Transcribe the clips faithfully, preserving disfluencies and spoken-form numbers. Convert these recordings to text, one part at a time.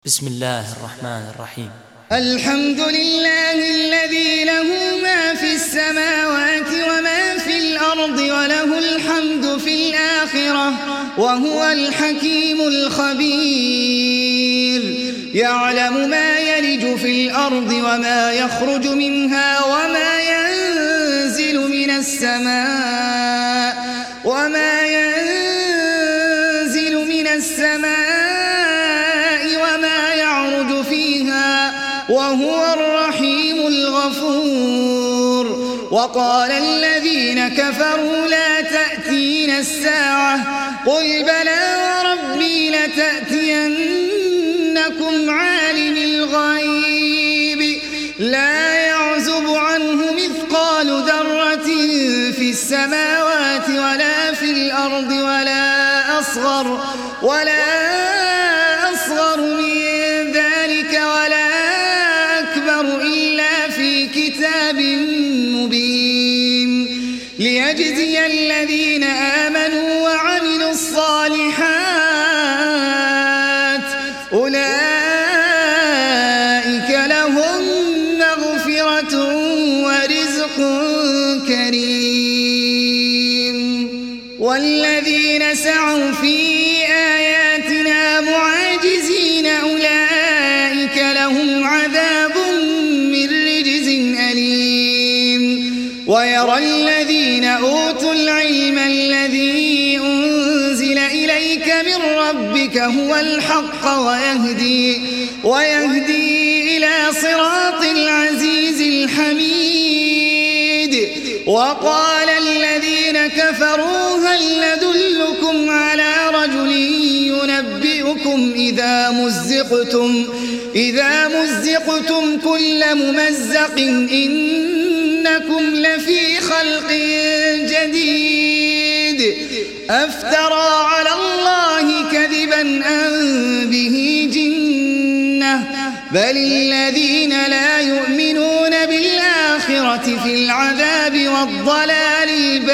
بسم الله الرحمن الرحيم. الحمد لله الذي له ما في السماوات وما في الأرض وله الحمد في الآخرة وهو الحكيم الخبير. يعلم ما يلج في الأرض وما يخرج منها وما ينزل من السماء وما ينزل من السماء وهو الرحيم الغفور. وقال الذين كفروا لا تأتينا الساعة قل بلى وربي لتأتينكم عالم الغيب لا يعزب عنه مثقال ذرة في السماوات ولا في الأرض ولا أصغر ولا أصغر من ذلك ولا إلا في كتاب مبين ليجزي الذين آمنوا وعملوا الصالحات أولئك لهم مغفرة ورزق كريم. والذين سعوا في آياتنا معاجزين أولئك لهم عذاب ويرى الذين أوتوا العلم الذي أنزل إليك من ربك هو الحق ويهدي, ويهدي إلى صراط العزيز الحميد. وقال الذين كفروا هل ندلكم على رجل ينبئكم إذا مزقتم, إذا مزقتم كل ممزق إنكم لفي خلق جديد أفترى على الله كذبا أم به جنة بل الذين لا يؤمنون بالآخرة في العذاب والضلال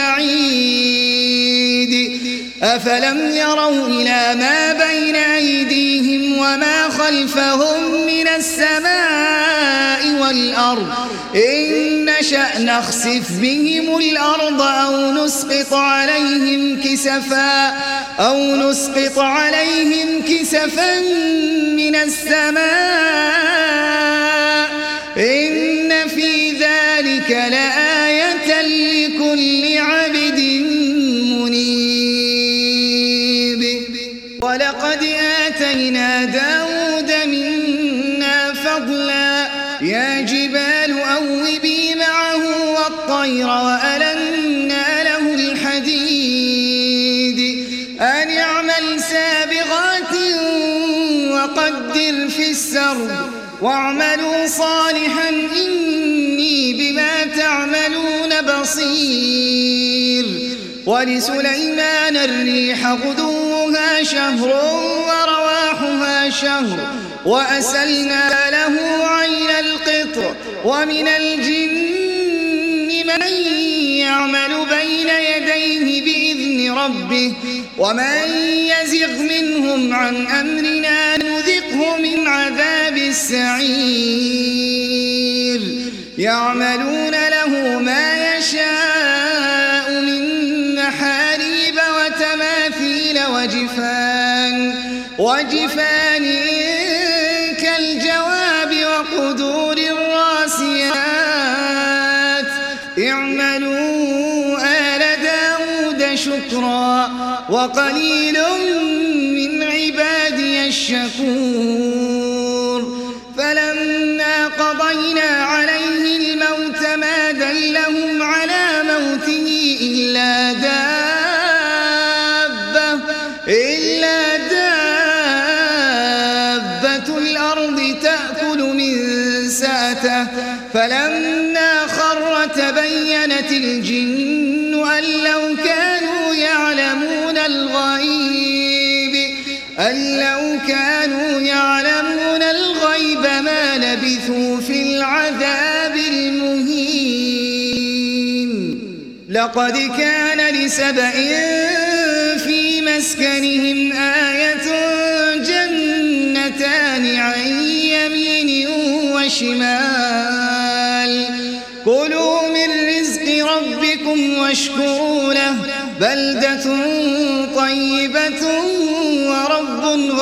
البعيد. أفلم يروا إلى ما بين أيديهم وما خلفهم من السماء والأرض إن نشأ نخسف بهم الأرض أو نسقط عليهم كسفا أو نسقط عليهم كسفا من السماء إن في ذلك لآية لكل عبد منيب. ولقد آتينا داود منا فضلا يا جبال أوبي معه والطير وألنا له الحديد أن اعمل سابغات وقدر في السرد واعملوا صالحا إني بما تعملون بصير. ولسليمان الريح غدوها شهر ورواحها شهر وأسلنا له عين القطر ومن الجن من يعمل بين يديه بإذن ربه ومن يزغ منهم عن أمرنا نذقه من عذاب السعير. يعملون له ما يشاء من محاريب وتماثيل وجفان وجفان كالجواب وقدور الراسيات اعملوا آل داود شكرا وقليل من عبادي الشكور. فلما قضينا عليه الموت ما دلهم على موته إلا دابة إلا دابة الأرض تأكل من سأته فلما خر تبينت الجن أن لو كانوا يعلمون الغيب أن لو كانوا يعلمون الغيب ما لبثوا في العذاب المهين. لقد كان لسبأ في مسكنهم آية جنتان وشمال كلوا من رزق ربكم واشكروا له بلدة طيبة ورب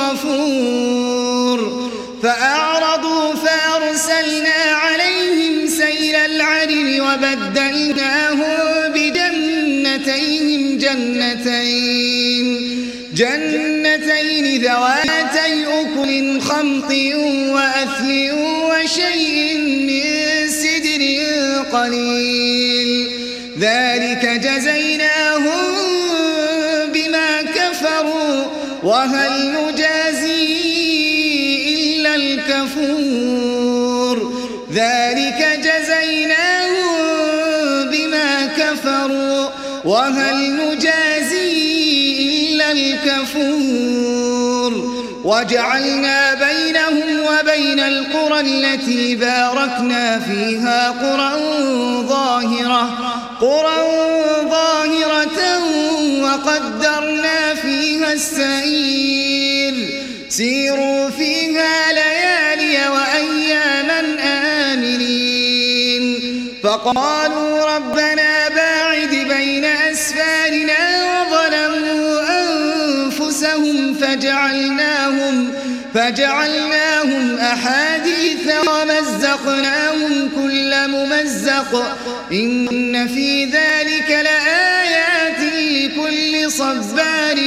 غفور فأعرضوا فأرسلنا عليهم سيل العرم وبدلناهم بجنتيهم جنتين جنتين ذواتي أكل خمط وأثل وشيء من سدر قليل ذلك جزيناهم بما كفروا وهل نجازي إلا الكفور ذلك جزيناهم بما كفروا وهل نجازي إلا الكفور وجعلنا بينهم وبين القرى التي باركنا فيها قرى ظاهرة قرى ظاهرة وقدرنا فيها السير سيروا فيها ليالي وأياما آمنين فقالوا ربنا باعد بين أسفارنا وظلموا أنفسهم فجعلناهم فجعلناهم أحاديث ومزقناهم كل ممزق إن في ذلك لآيات لكل صبار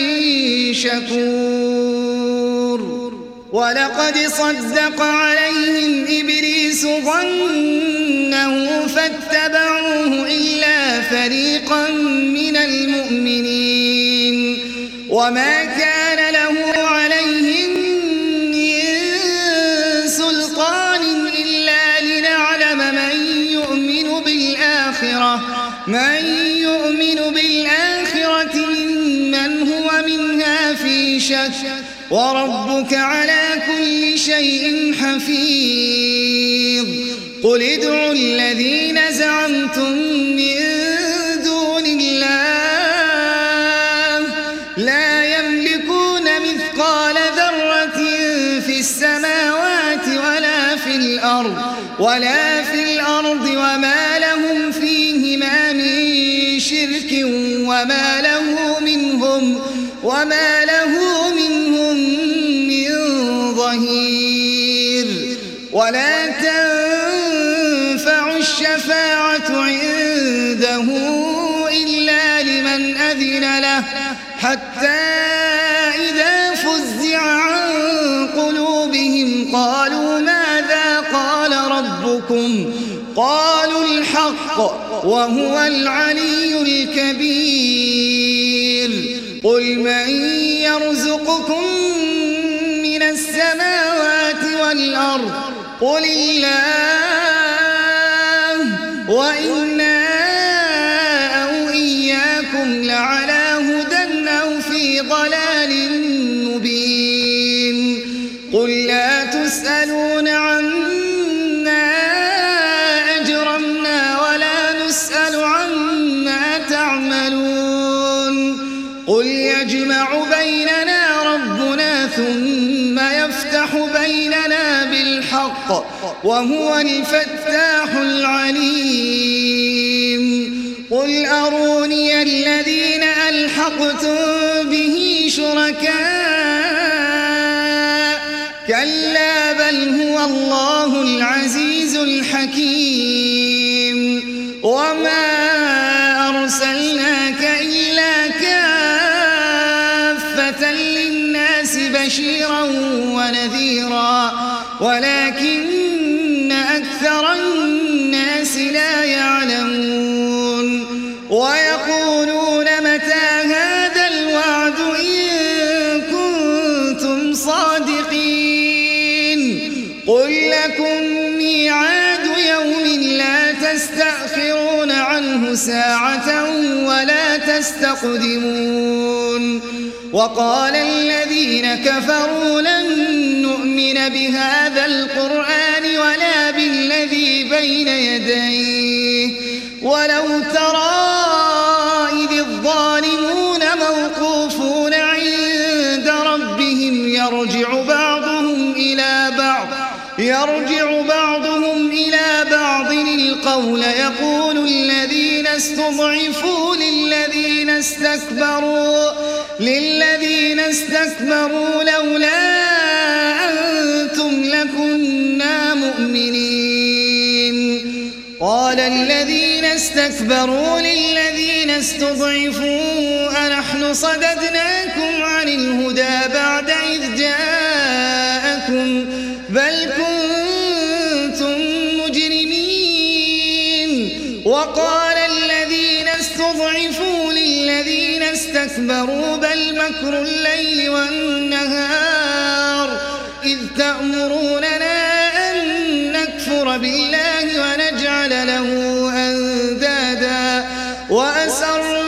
شكور ولقد صدق عليهم إبليس ظنه فاتبعوه إلا فريقا من المؤمنين وما كان له عليهم من سلطان إلا لنعلم من يؤمن بالآخرة من يؤمن بالآخرة ممن هو منها في شك وربك على كل شيء حفيظ قل ادعوا الذين زعمتم من دون الله لا يملكون مثقال ذرة في السماوات ولا في الأرض ولا في الأرض وما لهم فيهما من شرك وما له منهم وما له منهم من ظهير ولا تنفع الشفاعة عنده إلا لمن أذن له حتى إذا فزع عن قلوبهم قالوا ماذا قال ربكم قالوا الحق وهو العلي الكبير قل من يرزقكم من السماوات والأرض قل الله وإنا أو إياكم لعلى هدى أو في ضلال مبين قل لا تسألون عنا أجرمنا ولا نسأل عما تعملون قل يجمع بيننا ربنا ثم يفتح بيننا بالحق وهو الفتاح العليم قل أروني الذين ألحقتم به شركاء كلا بل هو الله العزيز الحكيم وما أرسلناك إلا كافة للناس بشيرا ونذيرا ولكن أكثر الناس لا يعلمون ويقولون متى هذا الوعد إن كنتم صادقين قل لكم ميعاد يوم لا تستأخرون عنه ساعة ولا تستقدمون وقال الذين كفروا لن نؤمن بهذا القرآن ولا بالذي بين يديه ولو ترى إذ الظالمون موقوفون عند ربهم يرجع بعضهم إلى بعض يرجع بعضهم إلى بعض القول يقول الذين استضعفوا للذين استكبروا للذين استكبروا لولا أنتم لكنا مؤمنين قال الذين استكبروا للذين استضعفوا أنحن صددناكم عن الهدى بعد إذ جاءكم بل كنتم مجرمين وقال الذين استضعفوا للذين استكبروا بل مكر الليل والنهار إذ تأمروننا أن نكفر بالله ونجعل له أندادا وأسروا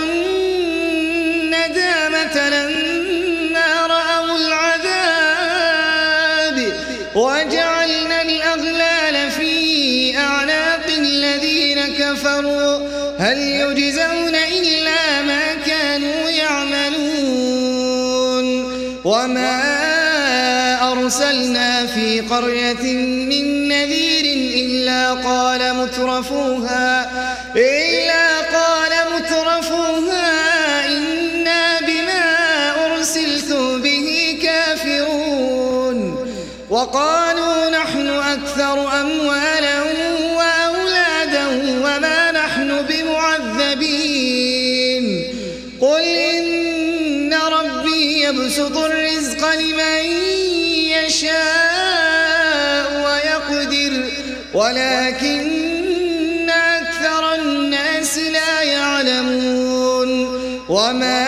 الندامة لما رأوا العذاب وجعلنا الأغلال في أعناق الذين كفروا هل يجزون إلا ما كانوا يعملون وما أرسلنا في قرية من نذير إلا قال مترفوها إلا قال مترفوها إنا بما أرسلتم به كافرون وقالوا نحن أكثر أموالا وأولادا وما نحن بمعذبين قل إن ربي يبسط الرزق لمن يشاء ويقدر ولكن أكثر الناس لا يعلمون وما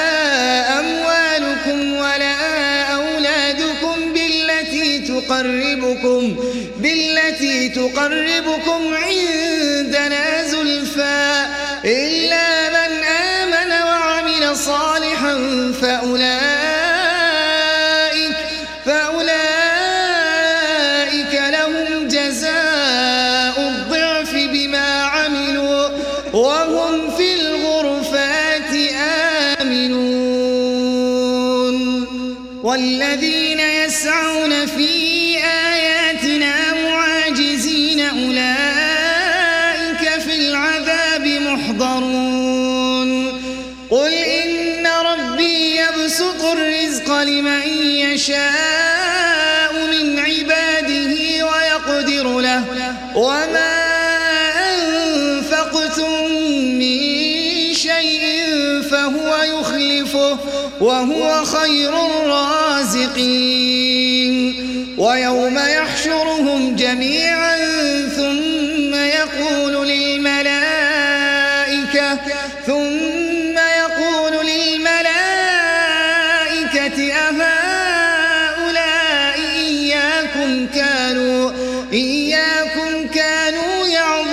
أموالكم ولا أولادكم بالتي تقربكم بالتي تقربكم عندنا زلفى إلا من آمن وعمل صالحا فأولئك فأولئك لهم جزاء الضعف بما عملوا وهم في الغرفات آمنون والذين يسعون في آياتنا معاجزين أولئك في العذاب محضرون قل إن ربي يبسط الرزق لمن يشاء من عباده ويقدر له وما أنفقتم من شيء فهو يخلفه وهو خير الرازقين ويوم يحشرهم جميعا ثم يقول للملائكة ثم يقول للملائكة أهؤلاء إياكم كانوا إياكم كانوا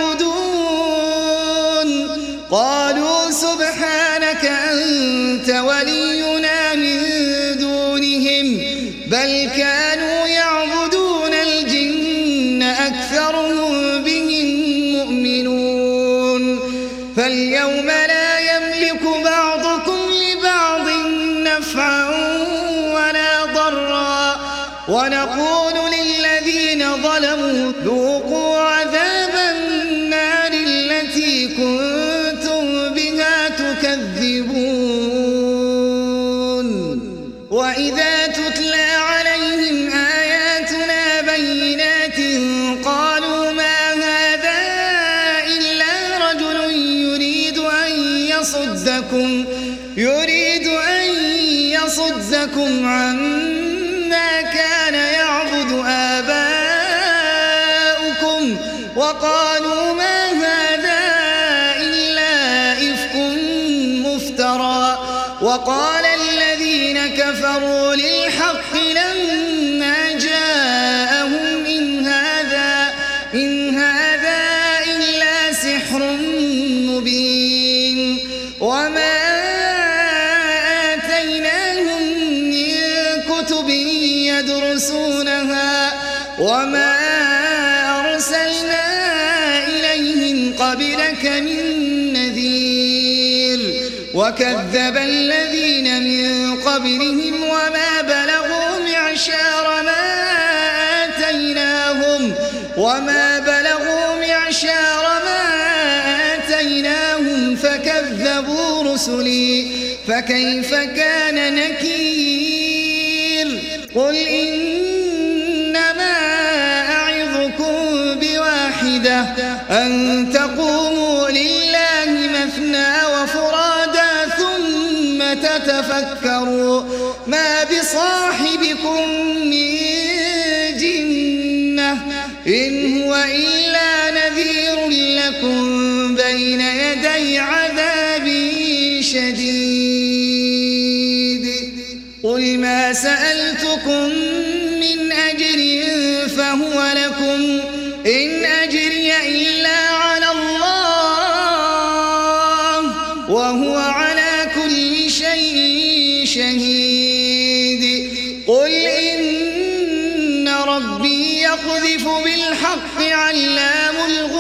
يعبدون قالوا سبحانك أنت ولينا من دونهم بل كانوا يعبدون الجن أكثرهم بهم مؤمنون فاليوم لا يملك بعضكم لبعض نفعا ولا ضرا ونقول للذين ظلموا ذوقوا عذاب النار التي كنتم بها تكذبون وإذا تتلى عليهم آياتنا بينات قالوا ما هذا إلا رجل يريد أن يصدكم يريد أن يصدكم عما كان يعبد آباؤكم وقالوا ما هذا إلا إفك مفترى وقال الذين كفروا للحق لما جاءهم إن هذا إن هذا إلا سحر مبين وما آتيناهم من كتب يدرسونها وما أرسلنا إليهم قبلك من نذير وكذب الذين من قبلهم وما بلغوا معشار ما آتيناهم وما بلغوا معشار ما آتيناهم فكذبوا رسلي فكيف كان نكير قل إنما أعظكم بواحدة أن تقوموا لله مثنى وفرادا ثم تتفكروا ما بصاحبكم من جنة إن هو إلا نذير لكم بين يدي عذاب شديد قل ما سألتكم من أجر فهو لكم إن أجري إلا على الله وهو على كل شيء شهيد قل إن ربي يقذف بالحق علام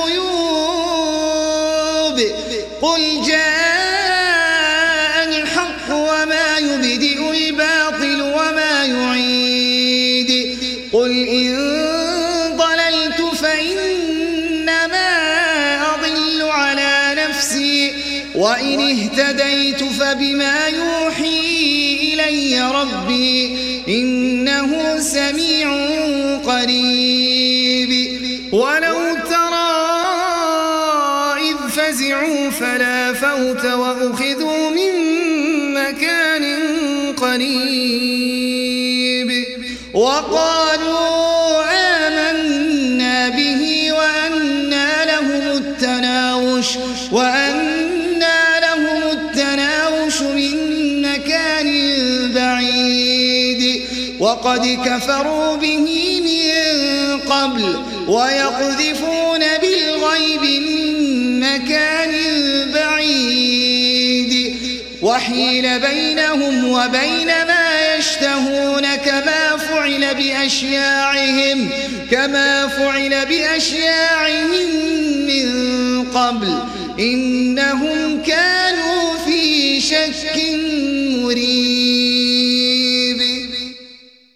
الغيوب قل جاء الحق وما يبدئ الباطل وما يعيد قل إن ضللت فإنما أضل على نفسي وإن اهتديت فبما يوحي إلي ربي إنه سميع قريب ولو ترى إذ فزعوا فلا فوت وأخذوا من مكان قريب وقالوا آمنا به وأنى لهم التناوش وأنى لهم التناوش من مكان بعيد وقد كفروا به من قبل ويقذفون بالغيب من مكان بعيد وحيل بينهم وبين ما يشتهون كما فعل بأشياعهم كما فعل بأشياعهم من قبل إنهم كانوا في شك